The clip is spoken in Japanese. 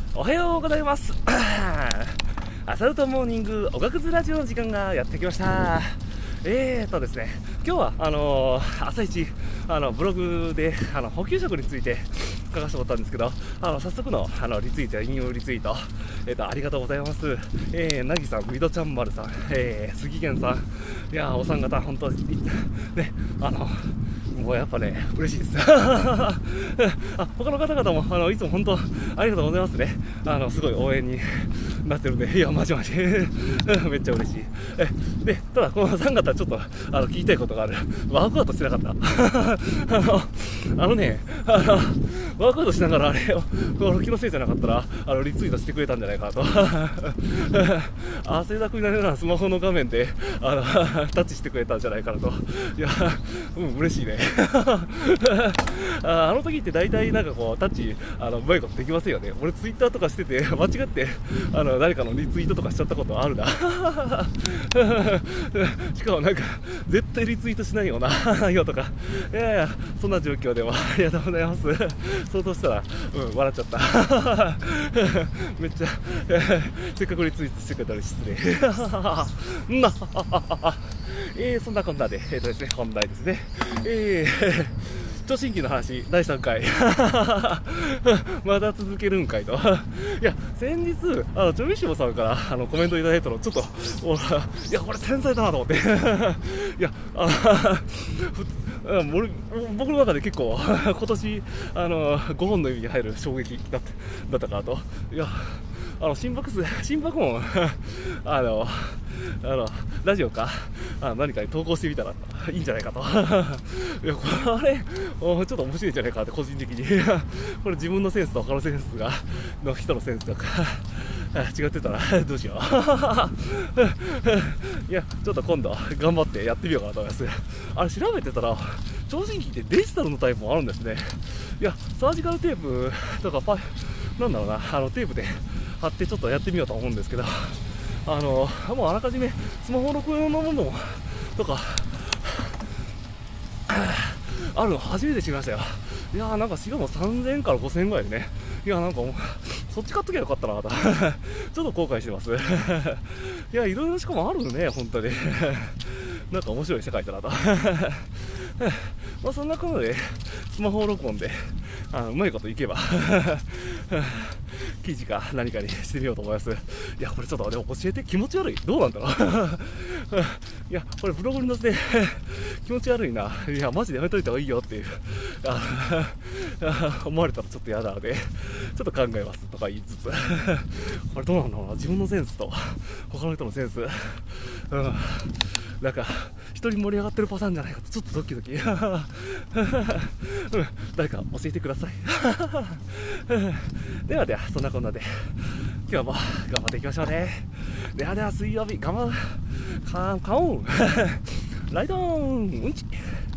おはようございますアサルトモーニングおがくずラジオの時間がやってきました。ですね、今日は朝一ブログで補給食について書かせてもらったんですけど、早速のリツイートや引用リツイート、ありがとうございます。なぎさん、みどちゃんまるさん、杉源さん、いやお三方本当にね、もうやっぱね嬉しいです他の方々もいつも本当ありがとうございますね。すごい応援になってるんで、いやマジマジめっちゃ嬉しい。でただこの3方ちょっと聞きたいことがある。ワークアウトしてなかったワークアウトしながらあれを気のせいじゃなかったらリツイートしてくれたんじゃないかなと汗だくになりながらスマホの画面でタッチしてくれたんじゃないかなと。いや嬉しいね時って大体なんかこうタッチうまいことできませんよね。俺ツイッターとかしてて間違って誰かのリツイートとかしちゃったことあるなしかもなんか絶対リツイートしないよなよとか、いやいやそんな状況でもありがとうございますそうとしたら笑っちゃっためっちゃせっかくリツイートしてくれたら失礼そんなこんなでですね、本題ですね。超新規の話第3回まだ続けるんかいといや先日チョビシモさんからコメントいただいたのちょっといやこれ天才だなと思っていや僕の中で結構今年5本の指に入る衝撃だったかなと。いや心拍音ラジオか何かに投稿してみたらいいんじゃないかといやこれちょっと面白いんじゃないかって個人的にこれ自分のセンスと他のセンスの人のセンスとか違ってたらどうしよういやちょっと今度頑張ってやってみようかなと思います。調べてたら聴診器ってデジタルのタイプもあるんですね。いやサージカルテープとかなんだろうなテープで貼ってちょっとやってみようと思うんですけど、もうあらかじめスマホ録音のものとかあるの初めて知りましたよ。いやなんかしかも3000円から5000円ぐらいでね、いやなんかもうそっち買っときゃよかったなとちょっと後悔してますいやいろいろしかもあるね本当になんか面白い世界だなとまあそんなことでスマホ録音でうまいこといけば記事か何かにしてみようと思います。いやこれちょっとでも教えて、気持ち悪い、どうなんだろういやこれブログに載せて気持ち悪いな、いやマジでやめといた方がいいよっていう思われたらちょっと嫌なのでちょっと考えますとか言いつつこれどうなんだろうな、自分のセンスと他の人のセンスなんか一人盛り上がってるパターンじゃないかとちょっとドキドキ誰か教えてくださいではそんなこんなで今日も頑張っていきましょうね。では水曜日カモンライドーンうんち